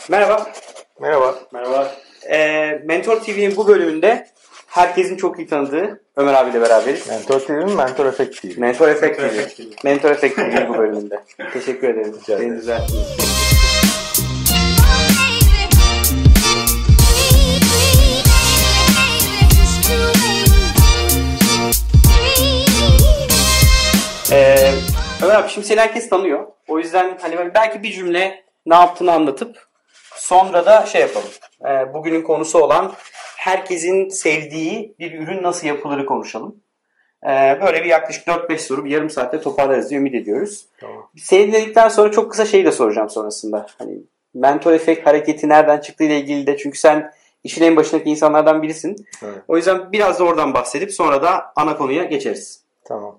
Merhaba. Merhaba. Merhaba. Mentor TV'nin bu bölümünde herkesin çok iyi tanıdığı Ömer abiyle beraberiz. Mentor TV mi? Mentor Effect TV. Mentor Effect TV. Mentor Effect TV'nin bu bölümünde. Teşekkür ederim. Rica ederim. Beni düzelttiniz. Ömer abi şimdi seni herkes tanıyor. O yüzden hani belki bir cümle ne yaptığını anlatıp sonra da şey yapalım. Bugünün konusu olan herkesin sevdiği bir ürün nasıl yapılırı konuşalım. Böyle bir yaklaşık 4-5 soru bir yarım saatte toparlarız diye ümit ediyoruz. Tamam. Seni dedikten sonra çok kısa şeyi de soracağım sonrasında. Hani mentor efekt hareketi nereden çıktığı ile ilgili de çünkü sen işin en başındaki insanlardan birisin. Evet. O yüzden biraz da oradan bahsedip sonra da ana konuya geçeriz. Tamam.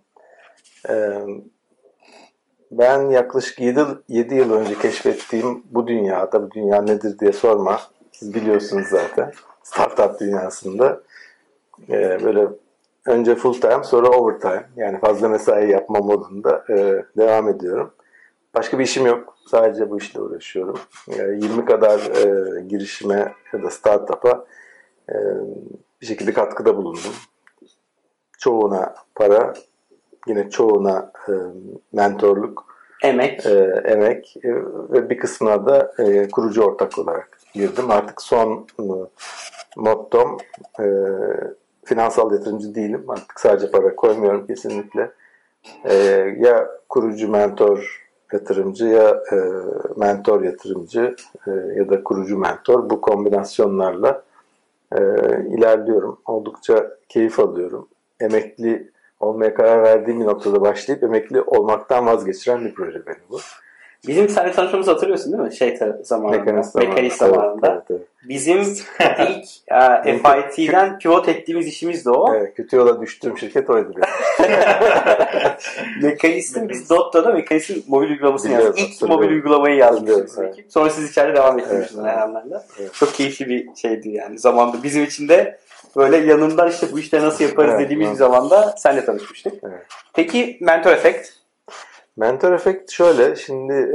Ben yaklaşık 7 yıl önce keşfettiğim bu dünyada, bu dünya nedir diye sorma. Siz biliyorsunuz zaten. Startup dünyasında böyle önce full time sonra overtime, yani fazla mesai yapma modunda devam ediyorum. Başka bir işim yok. Sadece bu işle uğraşıyorum. 20 kadar girişime ya da startup'a bir şekilde katkıda bulundum. Çoğuna para, yine çoğuna mentorluk, Emek. emek ve bir kısmına da kurucu ortak olarak girdim. Artık son mottom finansal yatırımcı değilim. Artık sadece para koymuyorum kesinlikle. Ya kurucu mentor yatırımcı ya mentor yatırımcı ya da kurucu mentor, bu kombinasyonlarla ilerliyorum. Oldukça keyif alıyorum. Emekli olmaya karar verdiğim bir noktada başlayıp emekli olmaktan vazgeçiren bir proje benim bu. Bizim seninle tanışmamızı hatırlıyorsun değil mi? Zamanında. Mekanist zamanında. Evet, evet. Bizim ilk FIT'den pivot ettiğimiz işimiz de o. Evet, kötü yola düştüğüm şirket oydu benim. Mekanist'in biz Dotto'da Mekanist'in mobil uygulamasını yazdık. İlk mobil uygulamayı yazmışız. Evet. Sonra siz içeride devam ettirmişsiniz her anlamda. Evet. Çok keyifli bir şeydi yani. Zamanda bizim için de böyle yanından işte bu işleri nasıl yaparız dediğimiz bir zamanda seninle tanışmıştık. Evet. Peki Mentor Effect? Mentor Effect şöyle, şimdi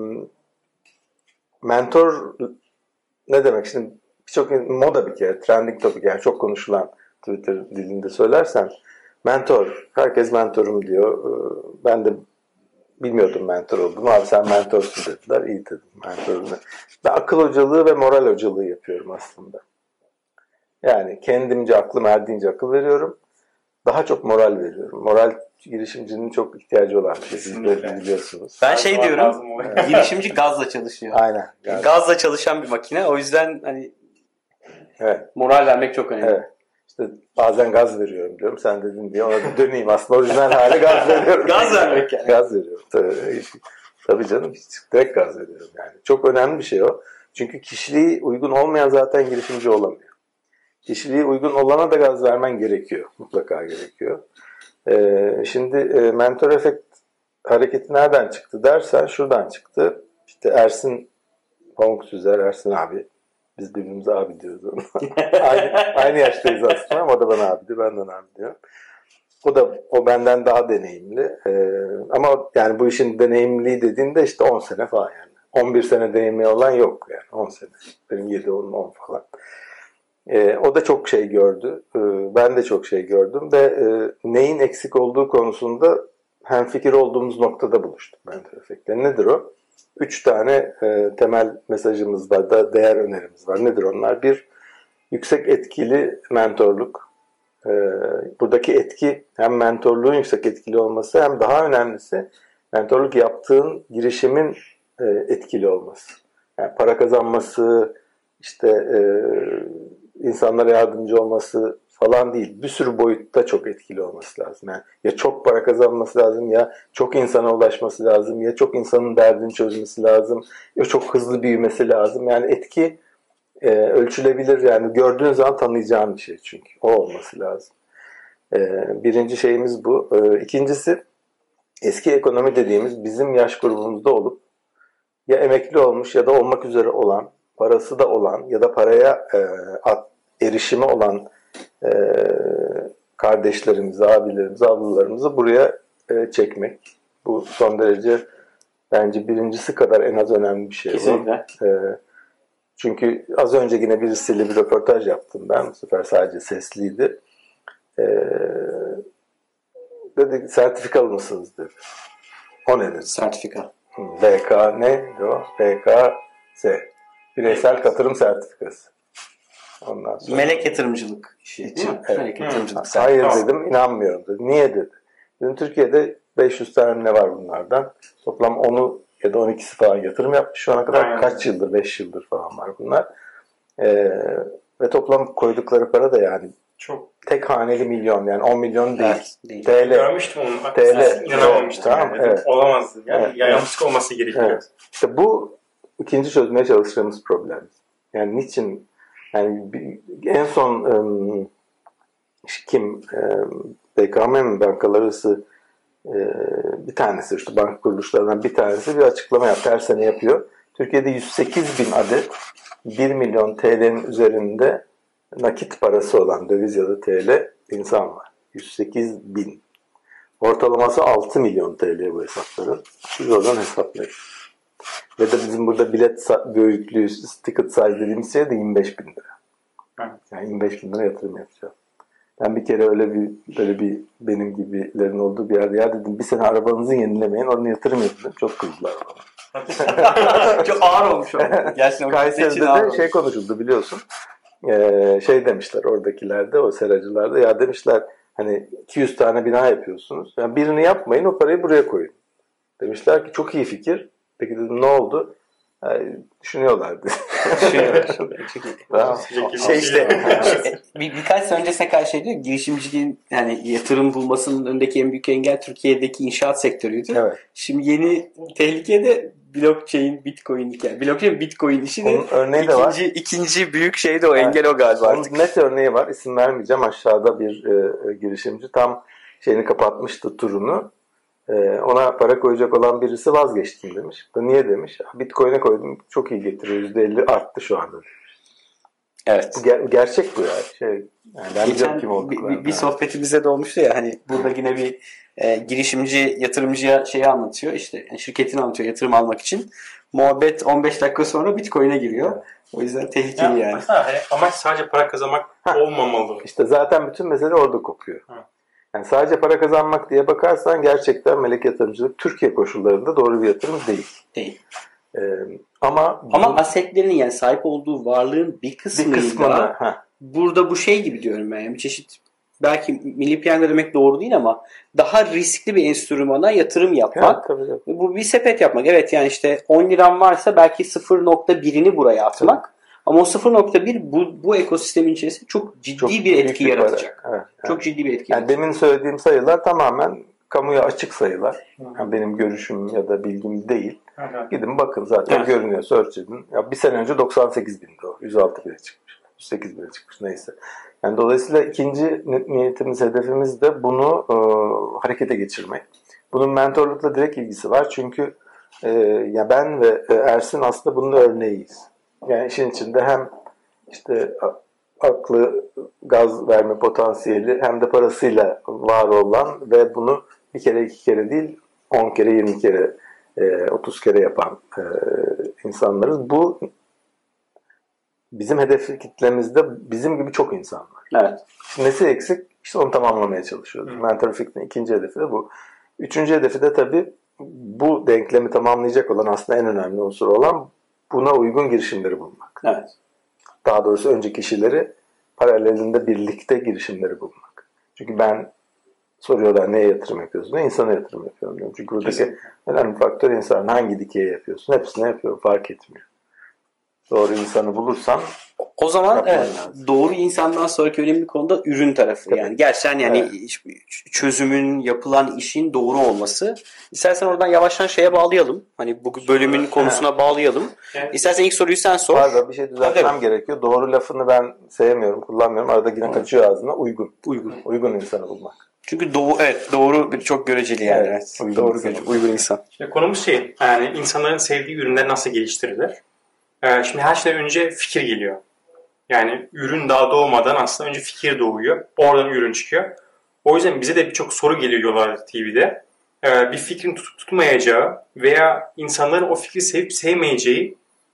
mentor ne demek? Şimdi birçok moda bir kere, trending topic, yani çok konuşulan, Twitter dilinde söylersen mentor, herkes mentorum diyor. Ben de bilmiyordum mentor olduğumu. Abi sen mentorsun dediler. İyi dedim, mentorum. Ben akıl hocalığı ve moral hocalığı yapıyorum aslında. Yani kendimce aklım erdiğince akıl veriyorum. Daha çok moral veriyorum. Moral girişimcinin çok ihtiyacı olan bir şey. Siz de biliyorsunuz. Ben diyorum, girişimci gazla çalışıyor. Aynen. Gazla çalışan bir makine. O yüzden hani evet, moral vermek çok önemli. Evet. İşte bazen gaz veriyorum diyorum. Sen dedin diye ona bir döneyim. Aslında orijinal hali gaz veriyorum. Gaz vermek yani. Gaz veriyorum. Tabii canım. Direkt gaz veriyorum yani. Çok önemli bir şey o. Çünkü kişiliği uygun olmayan zaten girişimci olamıyor. Kişiliği uygun olana da gaz vermen gerekiyor. Mutlaka gerekiyor. Şimdi Mentor Effect hareketi nereden çıktı dersen şuradan çıktı. İşte Ersin Pamuk Süzer, Ersin abi. Biz birbirimize abi diyoruz ona. aynı yaştayız aslında ama o da bana abi diyor, benden abi diyor. O benden daha deneyimli. Ama yani bu işin deneyimli dediğinde işte 10 sene falan yani. 11 sene deneyimli olan yok yani. 10 sene. Benim 7, 10 falan. O da çok şey gördü. Ben de çok şey gördüm ve neyin eksik olduğu konusunda hemfikir olduğumuz noktada buluştuk Mentor Effect'le. Nedir o? 3 tane temel mesajımız var da değer önerimiz var. Nedir onlar? Bir, yüksek etkili mentorluk. Buradaki etki hem mentorluğun yüksek etkili olması hem daha önemlisi mentorluk yaptığın girişimin etkili olması. Yani para kazanması, işte insanlara yardımcı olması falan değil. Bir sürü boyutta çok etkili olması lazım. Yani ya çok para kazanması lazım, ya çok insana ulaşması lazım, ya çok insanın derdini çözmesi lazım, ya çok hızlı büyümesi lazım. Yani etki ölçülebilir, yani gördüğün zaman tanıyacağın bir şey çünkü. O olması lazım. Birinci şeyimiz bu. İkincisi, eski ekonomi dediğimiz bizim yaş grubumuzda olup ya emekli olmuş ya da olmak üzere olan, parası da olan ya da paraya erişimi olan kardeşlerimizi, abilerimizi, ablalarımızı buraya çekmek. Bu son derece bence birincisi kadar en az önemli bir şey. Kesinlikle. Çünkü az önce yine birisiyle bir röportaj yaptım ben. Bu sefer sadece sesliydi. Dedi sertifikalı mısınız dedi. O nedir? Sertifika. BK ne o? BKS. Bireysel katılım sertifikası. Ondan sonra Melek yatırımcılık işi için. Evet. Melek yatırımcılık Hayır dedim, inanmıyorum dedi. Niye dedi? Dedim Türkiye'de 500 tane ne var bunlardan? Toplam 10'u ya da 12'si falan yatırım yapmış şu ana kadar. Aynen. Kaç yıldır? 5 yıldır falan var bunlar. Ve toplam koydukları para da yani Çok tek haneli milyon, yani 10 milyon değil. Evet, değil. TL. görmüştüm onu. TL. İnanamamıştım. Tamam, Yani. evet. Olamazdı. Yani Evet. yanlışlık olması gerekiyor. Evet. İşte bu ikinci çözmeye çalıştığımız problem. Yani niçin en son kim BKM mi bankalar arası bir tanesi işte banka kuruluşlarından bir tanesi bir açıklama yaptı. Her sene yapıyor. Türkiye'de 108 bin adet 1 milyon TL'nin üzerinde nakit parası olan döviz ya da TL insan var. 108 bin. Ortalaması 6 milyon TL bu hesapların. Siz oradan hesaplayın. Ve de bizim burada bilet büyüklüğü, ticket size dediğimiz şey de 25 bin lira. Yani 25 bin lira yatırım yapacağım. Ben bir kere böyle bir benim gibilerin olduğu bir yerde ya dedim bir sene arabanızı yenilemeyin, oraya yatırım yapın. Çok kızdılar bana. Çok ağır olmuş o. Gerçekten Kayseri'de de şey konuşuldu biliyorsun. Şey demişler oradakilerde, o seracılarda ya demişler hani 200 tane bina yapıyorsunuz. Yani birini yapmayın, o parayı buraya koyun. Demişler ki çok iyi fikir. Peki dedim ne oldu? Düşünüyorlardı. Tamam. Birkaç sene öncesine karşı şey diyor, girişimciliğin yani yatırım bulmasının önündeki en büyük engel Türkiye'deki inşaat sektörüydü. Evet. Şimdi yeni tehlike de blockchain, bitcoin hikaye. Blockchain, bitcoin işi de örneği de var. İkinci büyük şey de o, engel o galiba artık. Onun net örneği var. İsim vermeyeceğim. Aşağıda bir girişimci tam şeyini kapatmıştı, turunu. Ona para koyacak olan birisi vazgeçtim demiş. Niye demiş? Bitcoin'e koydum, çok iyi getiriyor. %50 arttı şu anda demiş. Evet. Gerçek bu yani. Yani ben biliyorum kim olduklarını. Bir sohbetimizde de olmuştu ya hani burada yine bir girişimci yatırımcıya şeyi anlatıyor. İşte şirketini anlatıyor yatırım almak için. Muhabbet 15 dakika sonra Bitcoin'e giriyor. Evet. O yüzden tehlikeli yani. Amaç sadece para kazanmak olmamalı. İşte zaten bütün mesele orada kopuyor. Yani sadece para kazanmak diye bakarsan gerçekten melek yatırımcılık Türkiye koşullarında doğru bir yatırım değil. Değil. Ama asetlerinin yani sahip olduğu varlığın bir kısmında burada bu şey gibi diyorum ben. Yani bir çeşit belki milli piyango demek doğru değil ama daha riskli bir enstrümana yatırım yapmak. Tabii. Bu bir sepet yapmak. Evet yani işte 10 liram varsa belki 0.1'ini buraya atmak. Tabii. Ama o 0.1 bu ekosistemin içerisinde çok ciddi bir etki yaratacak. Evet. Çok ciddi bir etki yaratacak. Demin söylediğim sayılar tamamen kamuya açık sayılar. Yani benim görüşüm ya da bilgim değil. Gidin bakın zaten görünüyor. Search edin. Ya bir sene önce 98 bindi o. 106 bine çıkmış. 108 bine çıkmış neyse. Yani dolayısıyla ikinci niyetimiz, hedefimiz de bunu harekete geçirmek. Bunun mentorlukla direkt ilgisi var. Çünkü ya ben ve Ersin aslında bunun örneğiyiz. Yani işin içinde hem işte aklı gaz verme potansiyeli hem de parasıyla var olan ve bunu bir kere 2 kere değil 10 kere 20 kere 30 kere yapan insanlarız. Bu bizim hedef kitlemizde bizim gibi çok insan var. Evet. Şimdi nesi eksik? İşte onu tamamlamaya çalışıyoruz. Mentor Fikri'nin ikinci hedefi de bu. Üçüncü hedefi de tabii bu denklemi tamamlayacak olan aslında en önemli unsur olan buna uygun girişimleri bulmak. Evet. Daha doğrusu önce kişileri paralelinde birlikte girişimleri bulmak. Çünkü ben soruyorlar neye yatırım yapıyorsun? Ne insana yatırım yapıyorum diyorum. Çünkü buradaki önemli faktör insan. Hangi dikeye yapıyorsun? Hepsine yapıyorum. Fark etmiyor. Doğru insanı bulursan o zaman doğru insandan sonraki önemli konu da ürün tarafı. Tabii. Yani gerçekten yani çözümün, yapılan işin doğru olması. İstersen oradan yavaştan şeye bağlayalım. Hani bu bölümün konusuna bağlayalım. Evet. İstersen ilk soruyu sen sor. Pardon bir şey düzeltmem gerekiyor. Doğru lafını ben sevmiyorum, kullanmıyorum. Arada yine kaçıyor ağzına. Uygun insanı bulmak. Çünkü doğru çok göreceli yani. Evet. Uygun insan. Şimdi konumuz yani insanların sevdiği ürünler nasıl geliştirilir? Şimdi her şeyden önce fikir geliyor. Yani ürün daha doğmadan aslında önce fikir doğuyor. Oradan ürün çıkıyor. O yüzden bize de birçok soru geliyor Yol TV'de. Bir fikrin tutmayacağı veya insanların o fikri sevip sevmeyeceği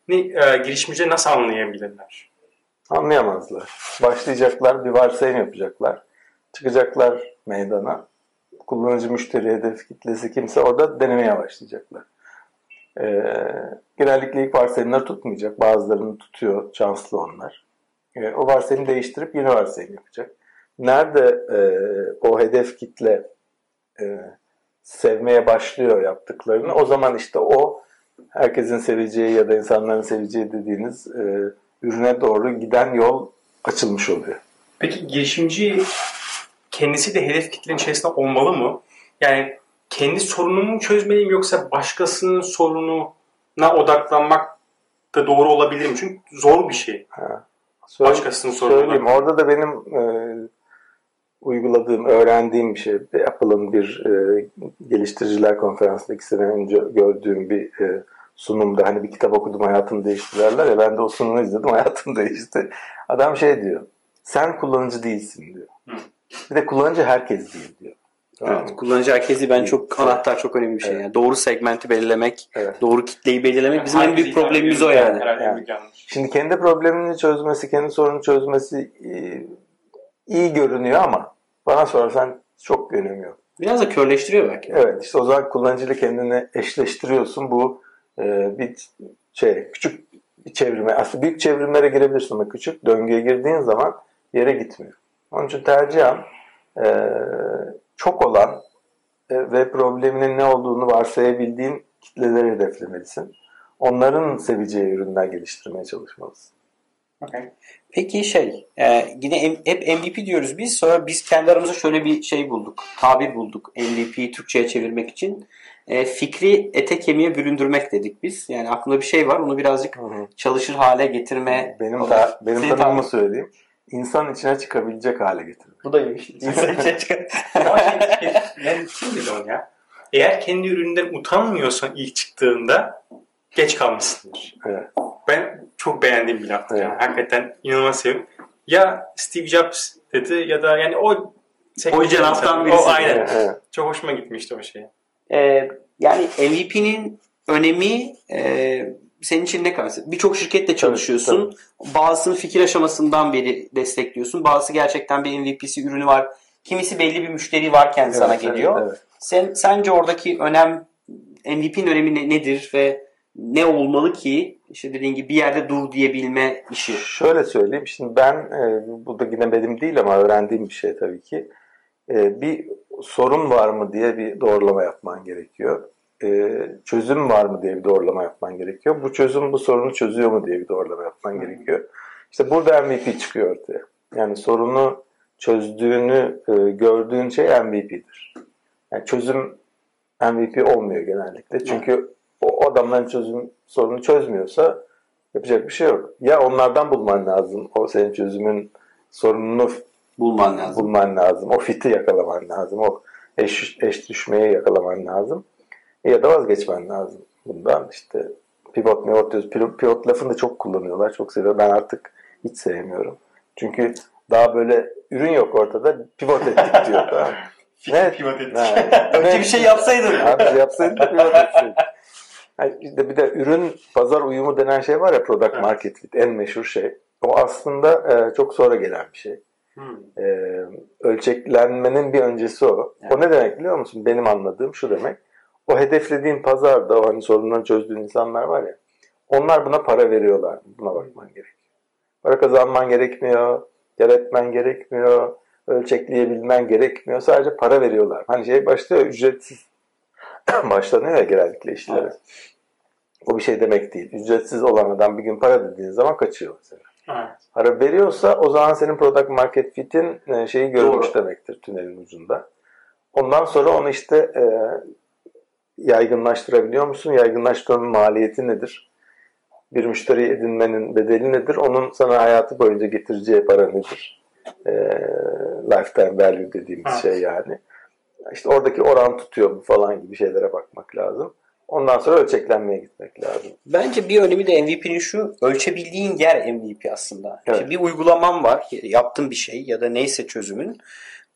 girişimciler nasıl anlayabilirler? Anlayamazlar. Başlayacaklar, bir varsayım yapacaklar. Çıkacaklar meydana. Kullanıcı, müşteri, hedef kitlesi kimse orada denemeye başlayacaklar. Genellikle ilk varsayımları tutmayacak. Bazılarını tutuyor. Şanslı onlar. O varsayımı değiştirip yeni varsayım yapacak. Nerede o hedef kitle sevmeye başlıyor yaptıklarını, o zaman işte o herkesin seveceği ya da insanların seveceği dediğiniz ürüne doğru giden yol açılmış oluyor. Peki girişimci kendisi de hedef kitlenin içerisinde olmalı mı? Yani kendi sorunumu çözmeliyim yoksa başkasının sorununa odaklanmak da doğru olabilir mi? Çünkü zor bir şey. Başkasının sorununa. Söyleyeyim. Orada da benim uyguladığım, öğrendiğim bir şey. Apple'ın bir geliştiriciler konferansında 2 sene önce gördüğüm bir sunumda, hani bir kitap okudum hayatım değişti derler ya, ben de o sunumu izledim, hayatım değişti. Adam şey diyor, sen kullanıcı değilsin diyor. Bir de kullanıcı herkes değil diyor. Tamam. Evet, kullanıcı herkesi ben çok anahtar, çok önemli bir şey. Evet. Yani doğru segmenti belirlemek, evet, doğru kitleyi belirlemek bizim en büyük problemimiz o yani. Şimdi kendi problemini çözmesi, kendi sorununu çözmesi iyi görünüyor ama bana sorarsan çok önemi yok. Biraz da körleştiriyor belki. Evet, işte o zaman kullanıcıyla kendini eşleştiriyorsun. Bu bir küçük bir çevrime, aslında büyük çevrimlere girebilirsin ama küçük döngüye girdiğin zaman yere gitmiyor. Onun için tercihen çok olan ve probleminin ne olduğunu varsayabildiğin kitleleri hedeflemelisin. Onların seveceği ürünler geliştirmeye çalışmalısın. Okay. Peki yine hep MVP diyoruz biz. Sonra biz kendi aramızda şöyle bir şey bulduk. Tabir bulduk. MVP'yi Türkçe'ye çevirmek için. Fikri ete kemiğe büründürmek dedik biz. Yani aklımda bir şey var. Onu birazcık çalışır hale getirme. Benim tanımımı söyleyeyim. İnsan içine çıkabilecek hale getirmek. Bu da iyiymiş. İnsan içine çıkar. Yani kim dedi onu ya? Eğer kendi ürününden utanmıyorsan ilk çıktığında geç kalmışsındır. Evet. Ben çok beğendiğim bir laftır. Evet. Yani. Hakikaten inanılmaz seviyorum. Ya Steve Jobs dedi ya da yani o cenaptan birisi. Aynen. Evet. Çok hoşuma gitmişti o şey. Yani MVP'nin önemi senin için ne kadar? Birçok şirketle çalışıyorsun. Tabii. Bazısını fikir aşamasından beri destekliyorsun. Bazısı gerçekten bir MVP'si, ürünü var. Kimisi belli bir müşteri varken sana geliyor. Evet. Sence oradaki MVP'nin önemi nedir ve ne olmalı ki işte dediğin gibi bir yerde dur diyebilme işi? Şöyle söyleyeyim. Şimdi ben bu da yine benim değil ama öğrendiğim bir şey tabii ki. Bir sorun var mı diye bir doğrulama yapman gerekiyor. Çözüm var mı diye bir doğrulama yapman gerekiyor. Bu çözüm bu sorunu çözüyor mu diye bir doğrulama yapman gerekiyor. İşte burada MVP çıkıyor ortaya. Yani sorunu çözdüğünü gördüğün şey MVP'dir. Yani çözüm MVP olmuyor genellikle. Çünkü o adamların sorunu çözmüyorsa yapacak bir şey yok. Ya onlardan bulman lazım. O senin çözümün sorununu bulman lazım. O fiti yakalaman lazım. O eş düşmeyi yakalaman lazım. Ya da vazgeçmen lazım. Bundan işte pivot diyoruz. Pivot lafını da çok kullanıyorlar. Çok seviyorum. Ben artık hiç sevmiyorum. Çünkü daha böyle ürün yok ortada. Pivot ettik diyor. Tamam. Pivot ettik. Önce bir şey yapsaydın. Bir şey yapsaydın da pivot etseydin. Yani işte bir de ürün pazar uyumu denen şey var ya, product market fit, en meşhur şey. O aslında çok sonra gelen bir şey. Ölçeklenmenin bir öncesi o. Evet. O ne demek biliyor musun? Benim anladığım şu demek. O hedeflediğin pazarda o hani sorunları çözdüğün insanlar var ya, onlar buna para veriyorlar. Buna bakman gerekiyor. Para kazanman gerekmiyor, kar etmen gerekmiyor, ölçekleyebilmen gerekmiyor. Sadece para veriyorlar. Hani başlıyor, ücretsiz başlanıyor ya genellikle işlere. Evet. O bir şey demek değil. Ücretsiz olan adam bir gün para dediğin zaman kaçıyor mesela. Evet. Para veriyorsa o zaman senin product market fit'in şeyi görmüş demektir tünelin ucunda. Ondan sonra onu işte yaygınlaştırabiliyor musun? Yaygınlaştırmanın maliyeti nedir? Bir müşteri edinmenin bedeli nedir? Onun sana hayatı boyunca getireceği para nedir? Lifetime value dediğimiz şey yani. İşte oradaki oran tutuyor mu falan gibi şeylere bakmak lazım. Ondan sonra ölçeklenmeye gitmek lazım. Bence bir önemi de MVP'nin şu, ölçebildiğin yer MVP aslında. Evet. İşte bir uygulaman var, yaptığın bir şey ya da neyse çözümün.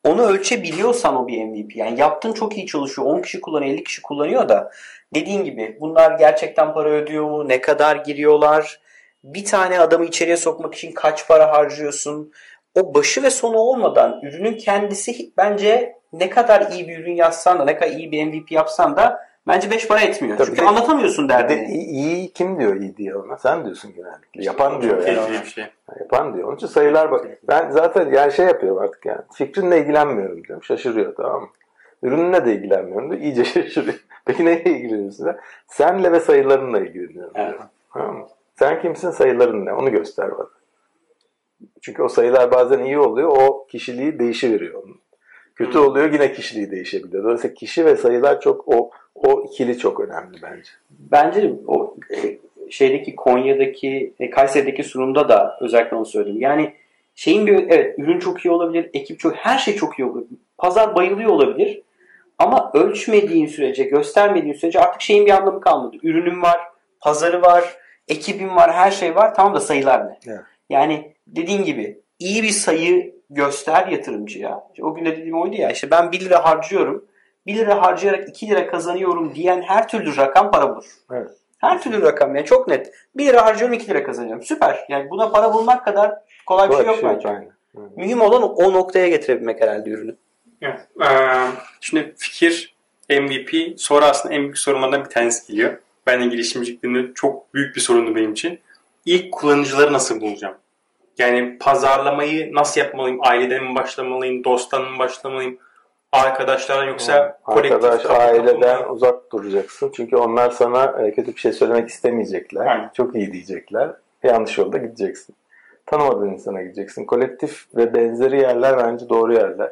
onu ölçebiliyorsan o bir MVP. Yani yaptığın çok iyi çalışıyor. 10 kişi kullanıyor, 50 kişi kullanıyor da dediğin gibi bunlar gerçekten para ödüyor mu? Ne kadar giriyorlar? Bir tane adamı içeriye sokmak için kaç para harcıyorsun? O başı ve sonu olmadan ürünün kendisi bence ne kadar iyi bir ürün yazsan da ne kadar iyi bir MVP yapsan da bence 5 para etmiyor. Tabii çünkü anlatamıyorsun derdini. İyi kim diyor iyi diye ona? Sen diyorsun genellikle. Yapan diyor yani. Keyifli bir şey. Yapan diyor. Onun için sayılar bak. Ben zaten yani şey yapıyorum artık yani. Fikrinle ilgilenmiyorum diyorum. Şaşırıyor, tamam mı? Ürünle de ilgilenmiyorum diyor. İyice şaşırıyor. Peki neyle ilgileniyorsun? Senle ve sayılarınla ilgileniyorum diyor. Evet. Tamam mı? Sen kimsin, sayıların ne? Onu göster bana. Çünkü o sayılar bazen iyi oluyor. O kişiliği değişiveriyor onun. Kötü oluyor, yine kişiliği değişebiliyor. Dolayısıyla kişi ve sayılar çok o ikili çok önemli bence. Bence o şeydeki Konya'daki Kayseri'deki sunumda da özellikle onu söyledim. Yani şeyin bir evet ürün çok iyi olabilir, ekip çok her şey çok iyi olabilir. Pazar bayılıyor olabilir. Ama ölçmediğin sürece, göstermediğin sürece artık şeyin bir anlamı kalmadı. Ürünün var, pazarı var, ekibin var, her şey var. Tamam da sayılar ne? Evet. Yani dediğin gibi iyi bir sayı göster yatırımcıya. O gün de dediğim oydu ya, işte ben 1 lira harcıyorum. 1 lira harcayarak 2 lira kazanıyorum diyen her türlü rakam para bulur. Evet. Her türlü rakam yani çok net. 1 lira harcıyorum 2 lira kazanıyorum. Süper. Yani buna para bulmak kadar kolay bir şey yok bence. Aynen. Mühim olan o noktaya getirebilmek herhalde ürünü. Evet. Şimdi fikir, MVP, sonra aslında en büyük sorunlardan bir tanesi geliyor. Ben de girişimciliklerinde çok büyük bir sorundu benim için. İlk kullanıcıları nasıl bulacağım? Yani pazarlamayı nasıl yapmalıyım? Aileden mi başlamalıyım? Dosttan mı başlamalıyım? Arkadaşlardan yoksa kolektif? Arkadaş, aileden uzak duracaksın. Çünkü onlar sana kötü bir şey söylemek istemeyecekler. Aynen. Çok iyi diyecekler. Yanlış yolda gideceksin. Tanımadığın insana gideceksin. Kolektif ve benzeri yerler bence doğru yerler.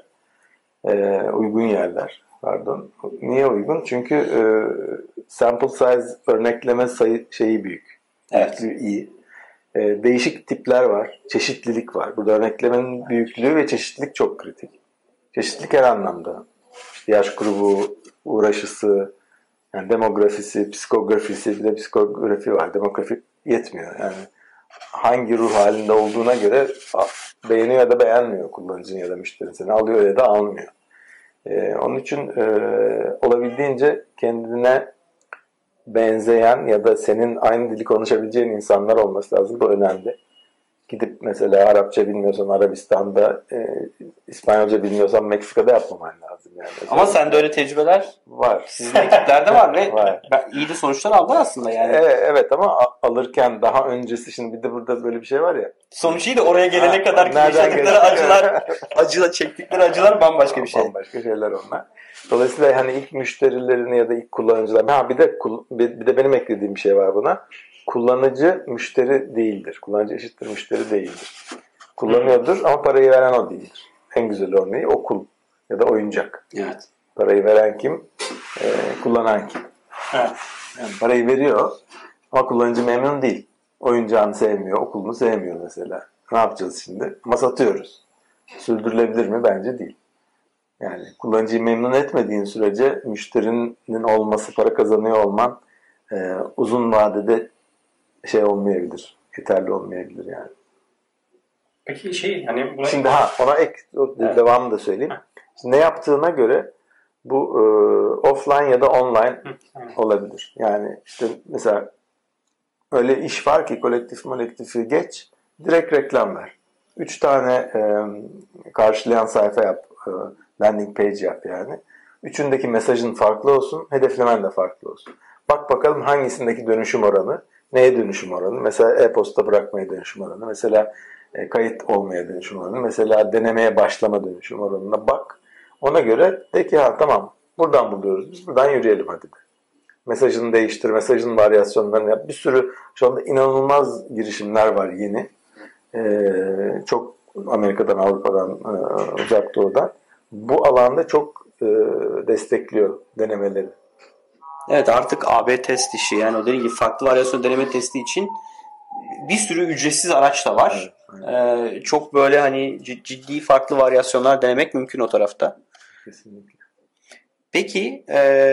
Uygun yerler. Pardon. Niye uygun? Çünkü sample size örnekleme şeyi büyük. Evet. İyi. Değişik tipler var. Çeşitlilik var. Burada örneklemenin büyüklüğü ve çeşitlilik çok kritik. Çeşitlilik her anlamda. İşte yaş grubu, uğraşısı, yani demografisi, psikografisi, bir de psikografi var. Demografi yetmiyor. Yani hangi ruh halinde olduğuna göre beğeniyor ya da beğenmiyor kullanıcının ya da müşterinin, seni alıyor ya da almıyor. Onun için olabildiğince kendine benzeyen ya da senin aynı dili konuşabileceğin insanlar olması lazım. Bu önemli. Gidip mesela Arapça bilmiyorsan Arabistan'da, İspanyolca bilmiyorsan Meksika'da yapmaman lazım. Yani. Ama sende öyle tecrübeler var. Sizin ekiplerde var ve var. iyi de sonuçlar aldın aslında yani. Evet ama alırken daha öncesi, şimdi bir de burada böyle bir şey var ya. Sonuç iyi de oraya gelene kadar nereden yaşadıkları acılar, çektikleri acılar bambaşka bir şey. Bambaşka şeyler onlar. Dolayısıyla hani ilk müşterilerini ya da ilk kullanıcılar, bir de benim eklediğim bir şey var buna. Kullanıcı müşteri değildir. Kullanıcı eşittir müşteri değildir. Kullanıyordur ama parayı veren o değildir. En güzel örneği okul ya da oyuncak. Evet. Parayı veren kim? Kullanan kim? Evet. Yani parayı veriyor ama kullanıcı memnun değil. Oyuncağını sevmiyor, okulunu sevmiyor mesela. Ne yapacağız şimdi? Ama satıyoruz. Sürdürülebilir mi? Bence değil. Yani kullanıcıyı memnun etmediğin sürece müşterinin olması, para kazanıyor olman uzun vadede olmayabilir. Yeterli olmayabilir yani. Peki hani buna... Şimdi ona ek devamını da söyleyeyim. Şimdi ne yaptığına göre bu offline ya da online olabilir. Yani işte mesela öyle iş var ki kolektifi geç, direkt reklam ver. 3 tane karşılayan sayfa yap, landing page yap yani. Üçündeki mesajın farklı olsun, hedeflemen de farklı olsun. Bak bakalım hangisindeki dönüşüm oranı, neye dönüşüm oranı? Mesela e-posta bırakmaya dönüşüm oranı, mesela kayıt olmaya dönüşüm oranı, mesela denemeye başlama dönüşüm oranına bak. Ona göre de ki tamam buradan buluyoruz, biz buradan yürüyelim hadi de. Mesajını değiştir, mesajın varyasyonlarını yap. Bir sürü şu anda inanılmaz girişimler var yeni. Çok Amerika'dan, Avrupa'dan, Uzak Doğu'dan. Bu alanda çok destekliyor denemeleri. Evet, artık AB test işi, yani o dediğim gibi farklı varyasyon deneme testi için bir sürü ücretsiz araç da var. Evet. Çok böyle hani ciddi farklı varyasyonlar denemek mümkün o tarafta. Kesinlikle. Peki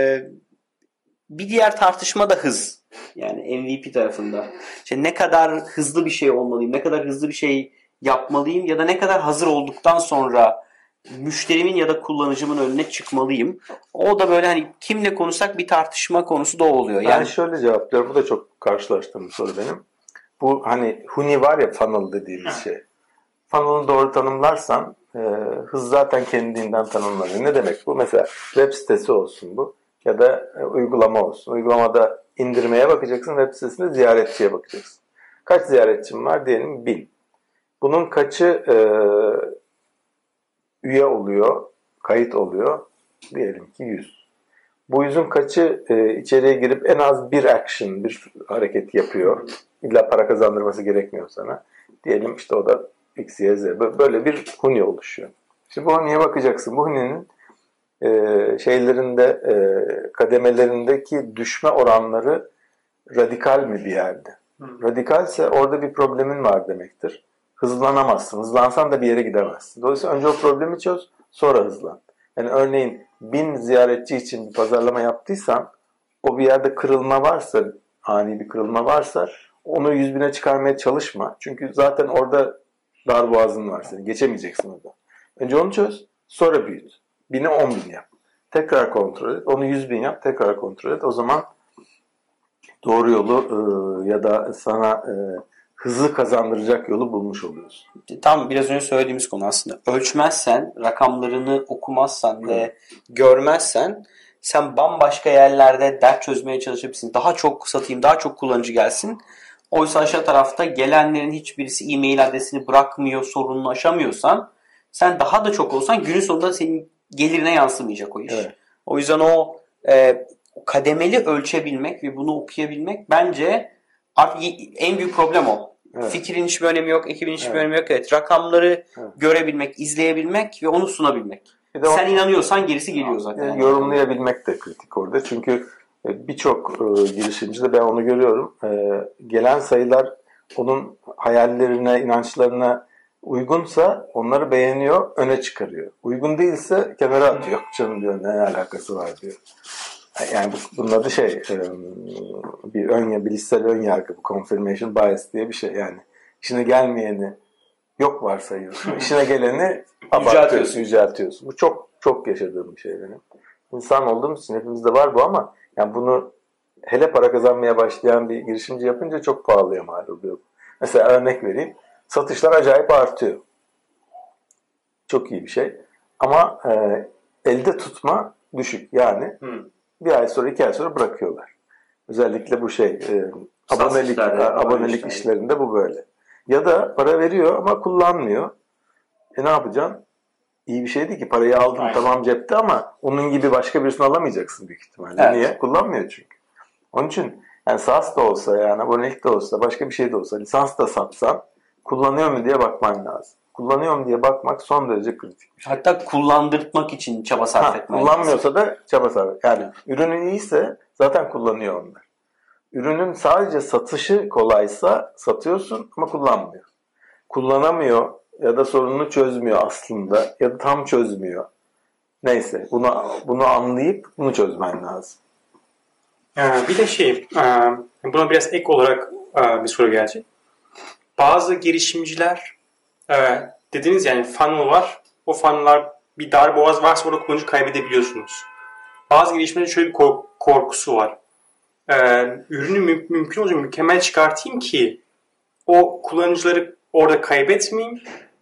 bir diğer tartışma da hız. Yani MVP tarafında. İşte ne kadar hızlı bir şey olmalıyım, ne kadar hızlı bir şey yapmalıyım ya da ne kadar hazır olduktan sonra müşterimin ya da kullanıcımın önüne çıkmalıyım. O da böyle hani kimle konuşsak bir tartışma konusu da oluyor. Yani şöyle cevaplıyorum. Bu da çok karşılaştığım bir soru benim. Bu hani huni var ya, funnel dediğimiz şey. Funnel'ı doğru tanımlarsan hız zaten kendinden tanımlanıyor. Ne demek bu? Mesela web sitesi olsun bu ya da uygulama olsun. Uygulamada indirmeye bakacaksın, web sitesinde ziyaretçiye bakacaksın. Kaç ziyaretçim var diyelim 1000. Bunun kaçı üye oluyor, kayıt oluyor? Diyelim ki 100. Bu 100'ün kaçı içeriye girip en az bir action, bir hareket yapıyor. İlla para kazandırması gerekmiyor sana. Diyelim işte o da X, Y, Z. Böyle bir huni oluşuyor. Şimdi bu huniye bakacaksın. Bu huninin şeylerinde, kademelerindeki düşme oranları radikal mi bir yerde? Radikalse orada bir problemin var demektir. Hızlanamazsın. Hızlansan da bir yere gidemezsin. Dolayısıyla önce o problemi çöz, sonra hızlan. Yani örneğin 1000 ziyaretçi için bir pazarlama yaptıysan, o bir yerde kırılma varsa, ani bir kırılma varsa onu 100.000'e çıkarmaya çalışma. Çünkü zaten orada darboğazın var senin. Geçemeyeceksin orada. Önce onu çöz, sonra büyüt. 1000'e 10.000 yap. Tekrar kontrol et. Onu 100.000 yap, tekrar kontrol et. O zaman doğru yolu ya da sana hızı kazandıracak yolu bulmuş oluyorsun. Tam biraz önce söylediğimiz konu aslında. Ölçmezsen, rakamlarını okumazsan ve görmezsen sen bambaşka yerlerde dert çözmeye çalışabilirsin. Daha çok satayım, daha çok kullanıcı gelsin. Oysa aşağı tarafta gelenlerin hiçbirisi e-mail adresini bırakmıyor, sorununu aşamıyorsan sen daha da çok olsan günün sonunda senin gelirine yansımayacak o iş. Evet. O yüzden o kademeli ölçebilmek ve bunu okuyabilmek bence artık en büyük problem o. Evet. Fikrin hiçbir önemi yok, ekibin hiçbir önemi yok. Evet, rakamları görebilmek, izleyebilmek ve onu sunabilmek. Sen inanıyorsan gerisi geliyor zaten. Yorumlayabilmek de kritik orada. Çünkü birçok girişimcide ben onu görüyorum. Gelen sayılar onun hayallerine, inançlarına uygunsa onları beğeniyor, öne çıkarıyor. Uygun değilse kenara atıyor. Yok canım diyor, ne alakası var diyor. Yani bunun adı bir bilişsel ön yargı, bu confirmation bias diye bir şey yani. İşine gelmeyeni yok varsayıyorsun. İşine geleni yüceltiyorsun. Bu çok çok yaşadığım bir şey benim. İnsan olduğumuz için hepimizde var bu ama yani bunu hele para kazanmaya başlayan bir girişimci yapınca çok pahalıya mal oluyor. Mesela örnek vereyim. Satışlar acayip artıyor. Çok iyi bir şey. Ama elde tutma düşük. Yani bir ay sonra, 2 ay sonra bırakıyorlar. Özellikle bu abonelik işlerinde bu böyle. Ya da para veriyor ama kullanmıyor. Ne yapacaksın? İyi bir şey değil ki. Parayı aldın tamam cepte ama onun gibi başka birisini alamayacaksın büyük ihtimalle. Evet. Niye? Kullanmıyor çünkü. Onun için yani SaaS da olsa, yani abonelik de olsa, başka bir şey de olsa, lisans da satsan kullanıyor mu diye bakman lazım. Kullanıyor mu diye bakmak son derece kritik bir şey. Hatta kullandırtmak için çaba sarf etmen lazım. Kullanmıyorsa da çaba sarf et. Yani ürünün iyiyse zaten kullanıyor onlar. Ürünün sadece satışı kolaysa satıyorsun ama kullanmıyor. Kullanamıyor ya da sorununu çözmüyor aslında ya da tam çözmüyor. Neyse bunu anlayıp bunu çözmen lazım. Bir de buna biraz ek olarak bir soru gelecek. Bazı girişimciler dediniz yani funnel var. O funnel'lar bir darboğaz varsa orada kullanıcı kaybedebiliyorsunuz. Bazı girişimcilerin şöyle bir korkusu var. Ürünü mümkün olunca mükemmel çıkartayım ki o kullanıcıları orada kaybetmeyeyim.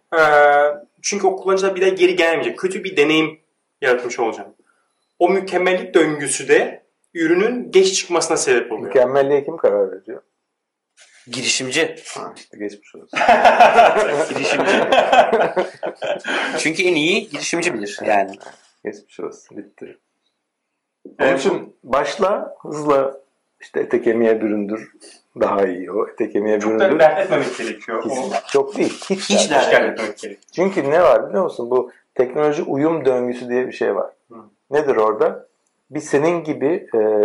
Çünkü o kullanıcılar bir daha geri gelmeyecek. Kötü bir deneyim yaratmış olacağım. O mükemmellik döngüsü de ürünün geç çıkmasına sebep oluyor. Mükemmelliğe kim karar veriyor? Girişimci. İşte geçmiş olsun. Girişimci. Çünkü en iyi girişimci bilir yani. Geçmiş olsun. Bitti. Onun için başla hızla, işte ete kemiğe büründür. Daha iyi o. Ete kemiğe büründür. Çok da dert etmemek gerekiyor. Çok değil. Hiç dert etmemek gerekiyor. Çünkü ne var biliyor musun? Bu teknoloji uyum döngüsü diye bir şey var. Nedir orada? Bir senin gibi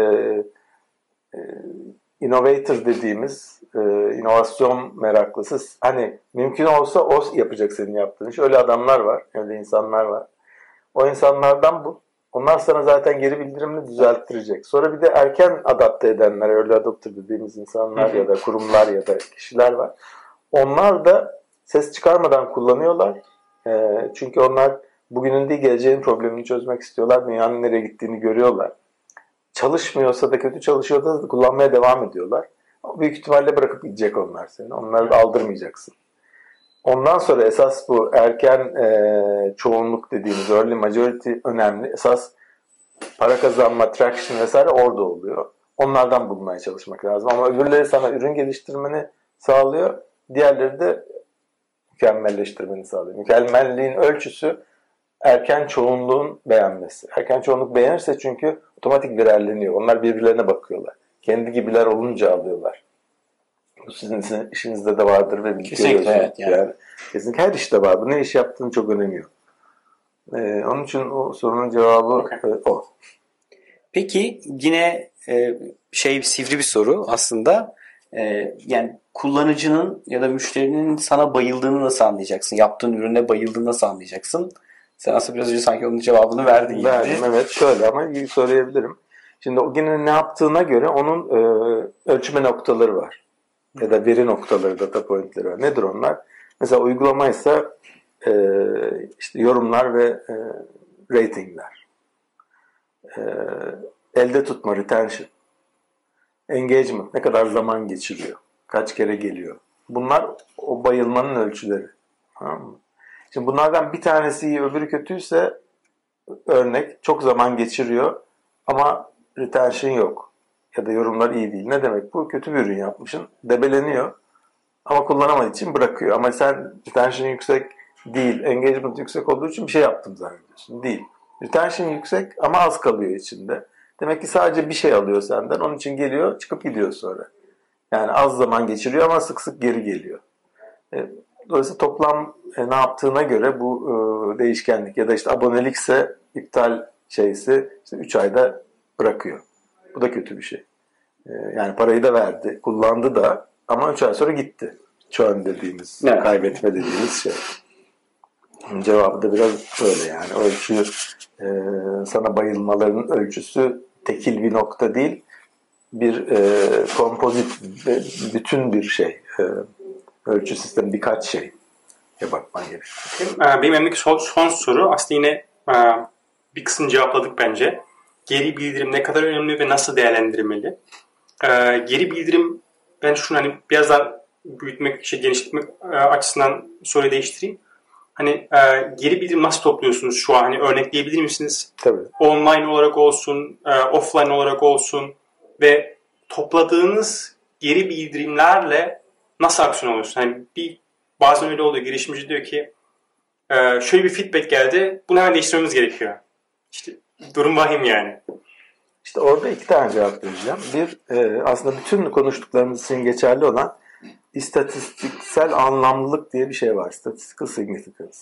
innovator dediğimiz inovasyon meraklısı, hani mümkün olsa o yapacak senin yaptığın iş. Öyle adamlar var. Öyle insanlar var. O insanlardan bu. Onlar sana zaten geri bildirimini düzelttirecek. Sonra bir de erken adapte edenler, early adopter dediğimiz insanlar ya da kurumlar ya da kişiler var. Onlar da ses çıkarmadan kullanıyorlar. Çünkü onlar Bugünün değil geleceğin problemini çözmek istiyorlar. Dünyanın nereye gittiğini görüyorlar. Çalışmıyorsa da kötü çalışıyorsa da kullanmaya devam ediyorlar. Ama büyük ihtimalle bırakıp gidecek onlar seni. Onları da aldırmayacaksın. Ondan sonra esas bu erken çoğunluk dediğimiz early majority önemli. Esas para kazanma, traction vesaire orada oluyor. Onlardan bulmaya çalışmak lazım. Ama öbürleri sana ürün geliştirmeni sağlıyor. Diğerleri de mükemmelleştirmeni sağlıyor. Mükemmelliğin ölçüsü erken çoğunluğun beğenmesi. Erken çoğunluk beğenirse çünkü otomatik viralleniyor. Onlar birbirlerine bakıyorlar. Kendi gibiler olunca alıyorlar. Bu sizin işinizde de vardır ve kesinlikle evet. Yani kesinlikle her işte var. Bu ne iş yaptığın çok önemi yok. Onun için o sorunun cevabı o. Peki yine sivri bir soru aslında. Yani kullanıcının ya da müşterinin sana bayıldığını nasıl anlayacaksın? Yaptığın ürüne bayıldığını nasıl anlayacaksın? Sen aslında biraz önce sanki onun cevabını verdin. Verdim evet. Şöyle ama iyi söyleyebilirim. Şimdi o yine ne yaptığına göre onun ölçme noktaları var. Ya da veri noktaları, data pointleri var. Nedir onlar? Mesela uygulamaysa işte yorumlar ve ratingler. Elde tutma, retention. Engagement, ne kadar zaman geçiriyor. Kaç kere geliyor. Bunlar o bayılmanın ölçüleri. Tamam mı? Şimdi bunlardan bir tanesi iyi, öbürü kötüyse örnek çok zaman geçiriyor ama retention yok. Ya da yorumlar iyi değil. Ne demek bu? Kötü bir ürün yapmışsın. Debeleniyor. Ama kullanamadığı için bırakıyor. Ama sen retention yüksek değil, engagement yüksek olduğu için bir şey yaptım zannediyorsun. Değil. Retention yüksek ama az kalıyor içinde. Demek ki sadece bir şey alıyor senden. Onun için geliyor, çıkıp gidiyor sonra. Yani az zaman geçiriyor ama sık sık geri geliyor. Dolayısıyla toplam ne yaptığına göre bu değişkenlik ya da işte abonelikse iptal şeysi işte 3 ayda bırakıyor. Bu da kötü bir şey. Yani parayı da verdi, kullandı da ama 3 ay sonra gitti. Churn dediğimiz, evet. Kaybetme dediğimiz şey. Cevabı da biraz öyle yani. Ölçü sana bayılmaların ölçüsü tekil bir nokta değil, bir kompozit, bütün bir şey. Ölçü sistemi birkaç şeye bakman gerekiyor. Benim elimdeki son soru aslında yine bir kısmını cevapladık bence. Geri bildirim ne kadar önemli ve nasıl değerlendirilmeli? Geri bildirim, ben şunu hani biraz daha büyütmek, genişletmek açısından soruyu değiştireyim. Hani geri bildirim nasıl topluyorsunuz şu an? Hani örnekleyebilir misiniz? Tabii. Online olarak olsun, offline olarak olsun ve topladığınız geri bildirimlerle nasıl aksiyon alıyorsun? Hani bazen öyle oluyor. Girişimci diyor ki şöyle bir feedback geldi. Bunu hemen değiştirmemiz gerekiyor. İşte durum vahim yani. İşte orada 2 tane cevap vereceğim. Bir, aslında bütün konuştuklarımız için geçerli olan istatistiksel anlamlılık diye bir şey var. Statistical significance.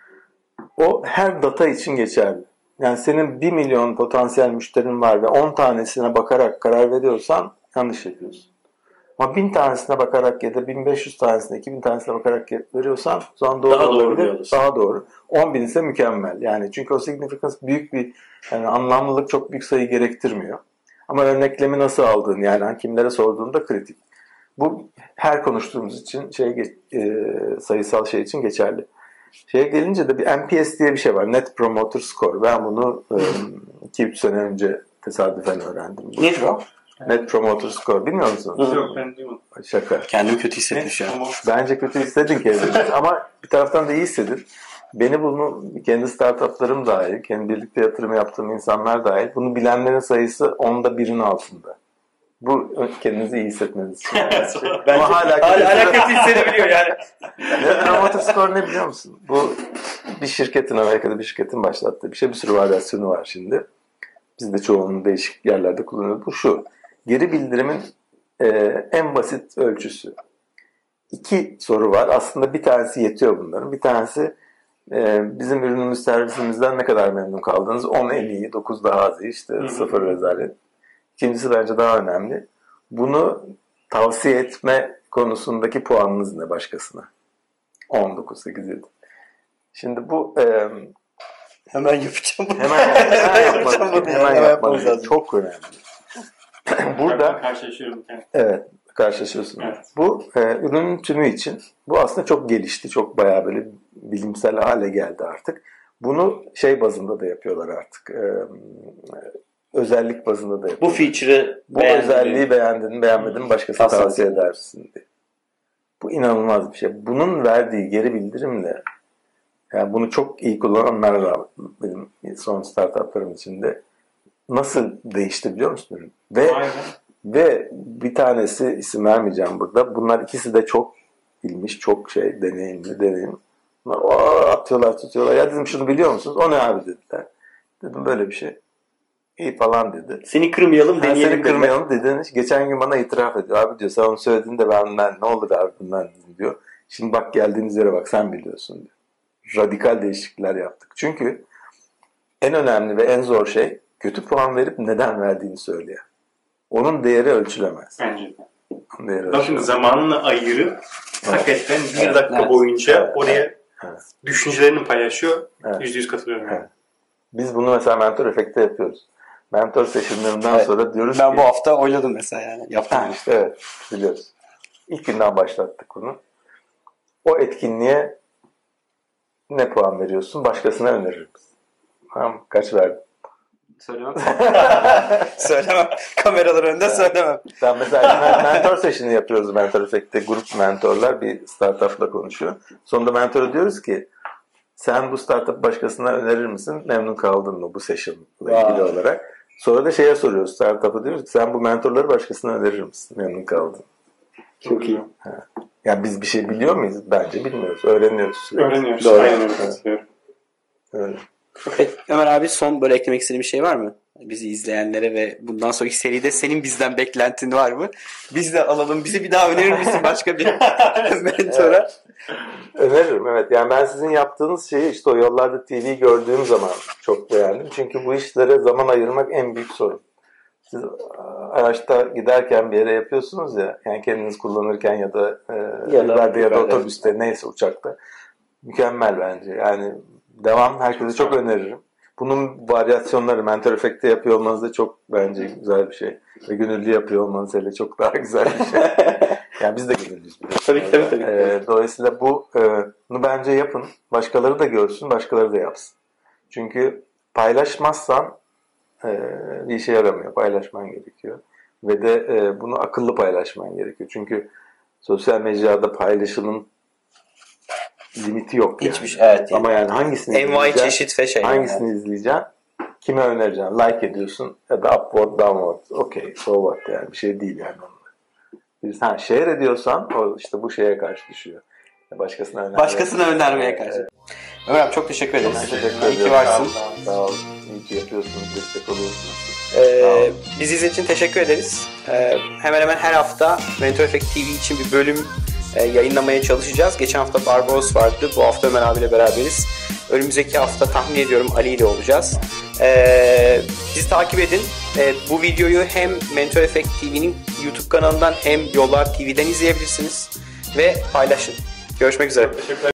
O her data için geçerli. Yani senin 1 milyon potansiyel müşterin var ve 10 tanesine bakarak karar veriyorsan yanlış yapıyorsun. Ama 1000 tanesine bakarak ya da 1500 tanesine, 2000 tanesine bakarak veriyorsan o zaman doğru olabilir. Daha doğru. 10.000 ise mükemmel. Yani çünkü o significance büyük bir, yani anlamlılık çok büyük sayı gerektirmiyor. Ama örneklemi nasıl aldığın, yani kimlere sorduğunda kritik. Bu her konuştuğumuz için sayısal şey için geçerli. Şeye gelince de bir NPS diye bir şey var. Net Promoter Score. Ben bunu 2-3 sene önce tesadüfen öğrendim. Nedir o? Net Promoter Score. Bilmiyor musunuz? Yok, ben duymadım. Şaka. Kendimi kötü hissetmiş ya. Bence kötü hissedin kendinizi. Ama bir taraftan da iyi hissedin. Bunu kendi startuplarım dahil, kendi birlikte yatırım yaptığım insanlar dahil, bunu bilenlerin sayısı 10'da 1'in altında. Bu kendinizi iyi hissetmeniz için. Ama hala kötü hissedebiliyor yani. Net Promoter Score ne biliyor musun? Bu bir şirketin, Amerika'da bir şirketin başlattığı bir şey. Bir sürü varyasyonu var şimdi. Biz de çoğunun değişik yerlerde kullanıyoruz. Bu şu. Geri bildirimin en basit ölçüsü. 2 soru var. Aslında bir tanesi yetiyor bunların. Bir tanesi bizim ürünümüz, servisimizden ne kadar memnun kaldınız? 10 en iyi, 9 daha az iyi, işte 0 rezalet. İkincisi bence daha önemli. Bunu tavsiye etme konusundaki puanınız ne başkasına? 10, 9, 8, 7. Şimdi bu hemen yapacağım. Hemen yapmanız lazım. Çok önemli. Burada karşılaşıyorum. Evet, karşılaşıyorsunuz. Evet. Bu ürünün tümü için bu aslında çok gelişti. Çok bayağı böyle bilimsel hale geldi artık. Bunu şey bazında da yapıyorlar artık. Özellik bazında da Bu yapıyorlar. feature'ı Bu özelliği beğendin mi beğenmedin mi başkasına Tavsiye tavsiye edersin diye. Bu inanılmaz bir şey. Bunun verdiği geri bildirimle, yani bunu çok iyi kullananlar var benim son startuplarım içinde. Nasıl değişti biliyor musun? Ve bir tanesi, isim vermeyeceğim burada. Bunlar ikisi de çok bilmiş, çok deneyimli. Bunlar atıyorlar, tutuyorlar. Ya dedim şunu biliyor musunuz? O ne abi dediler. Dedim böyle bir şey. İyi falan dedi. Seni kırmayalım, deneyelim. Seni kırmayalım dedin. Geçen gün bana itiraf ediyor. Abi diyor sen onu söyledin de ben ne olur abi bundan diyor. Şimdi bak geldiğimiz yere bak sen biliyorsun diyor. Radikal değişiklikler yaptık. Çünkü en önemli ve en zor şey kötü puan verip neden verdiğini söyleyen. Onun değeri ölçülemez. Bence de. Bakın zamanını ayırıp hakikaten bir dakika boyunca oraya düşüncelerini paylaşıyor. %100 katılıyorum. Evet. Biz bunu mesela Mentor Efekt'te yapıyoruz. Mentor sessionlarından sonra diyoruz ben ki... bu hafta oynadım mesela yani. Yaptım. İşte evet biliyoruz. İlk günden başlattık bunu. O etkinliğe ne puan veriyorsun? Başkasına önerir misin? Tamam, kaç verdin? Söylemem. Söylemem. Kameralar önünde söylemem. Sen mesela mentor session'ı yapıyoruz Mentor Efekt'te. Grup mentorlar bir startup'la konuşuyor. Sonunda mentora diyoruz ki sen bu startup başkasına önerir misin? Memnun kaldın mı bu session'la ilgili olarak? Sonra da şeye soruyoruz startup'a diyoruz ki sen bu mentorları başkasına önerir misin? Memnun kaldın. Çok iyi. Yani biz bir şey biliyor muyuz? Bence bilmiyoruz. Öğreniyoruz. Öğreniyoruz. Doğru. Aynen öyle. Öyle. Ömer abi son böyle eklemek istediğin bir şey var mı? Bizi izleyenlere ve bundan sonraki seride senin bizden beklentin var mı? Biz de alalım. Bizi bir daha önerir misin başka bir mentora? Öneririm evet. Yani ben sizin yaptığınız şeyi işte o Yollarda TV'yi gördüğüm zaman çok beğendim. Çünkü bu işlere zaman ayırmak en büyük sorun. Siz araçta giderken bir yere yapıyorsunuz ya, yani kendiniz kullanırken ya da otobüste neyse uçakta. Mükemmel bence. Yani devam herkese çok öneririm. Bunun varyasyonları Mentor Efekt'te yapıyor olmanız da çok bence güzel bir şey. Ve gönüllü yapıyor olmanız hele çok daha güzel bir şey. Yani biz de gönüllüyüz. Tabii. Dolayısıyla bunu bence yapın. Başkaları da görsün, başkaları da yapsın. Çünkü paylaşmazsan bir işe yaramıyor. Paylaşman gerekiyor. Ve de bunu akıllı paylaşman gerekiyor. Çünkü sosyal mecrada paylaşımın limiti yok. Yani. Hiçbir şey. Evet. Ama yani hangisini envai çeşit ve şey. hangisini izleyeceksin? Kime önereceksin? Like ediyorsun ya da upvote, downvote. Okay, so what yani. Bir şey değil yani onlar. Share ediyorsan o işte bu şeye karşı düşüyor. Başkasına önermeye karşı. Ömer abi çok teşekkür ederiz. Teşekkür ederim. İyi ki varsın. Sağ ol. İyi ki yapıyorsunuz, destek oluyorsunuz. Bizi izlediğiniz için teşekkür ederiz. Hemen hemen her hafta Mentor Effect TV için bir bölüm yayınlamaya çalışacağız. Geçen hafta Barbaros vardı. Bu hafta Ömer abiyle beraberiz. Önümüzdeki hafta tahmin ediyorum Ali ile olacağız. Bizi takip edin. Bu videoyu hem Mentor Effect TV'nin YouTube kanalından hem Yollar TV'den izleyebilirsiniz. Ve paylaşın. Görüşmek üzere.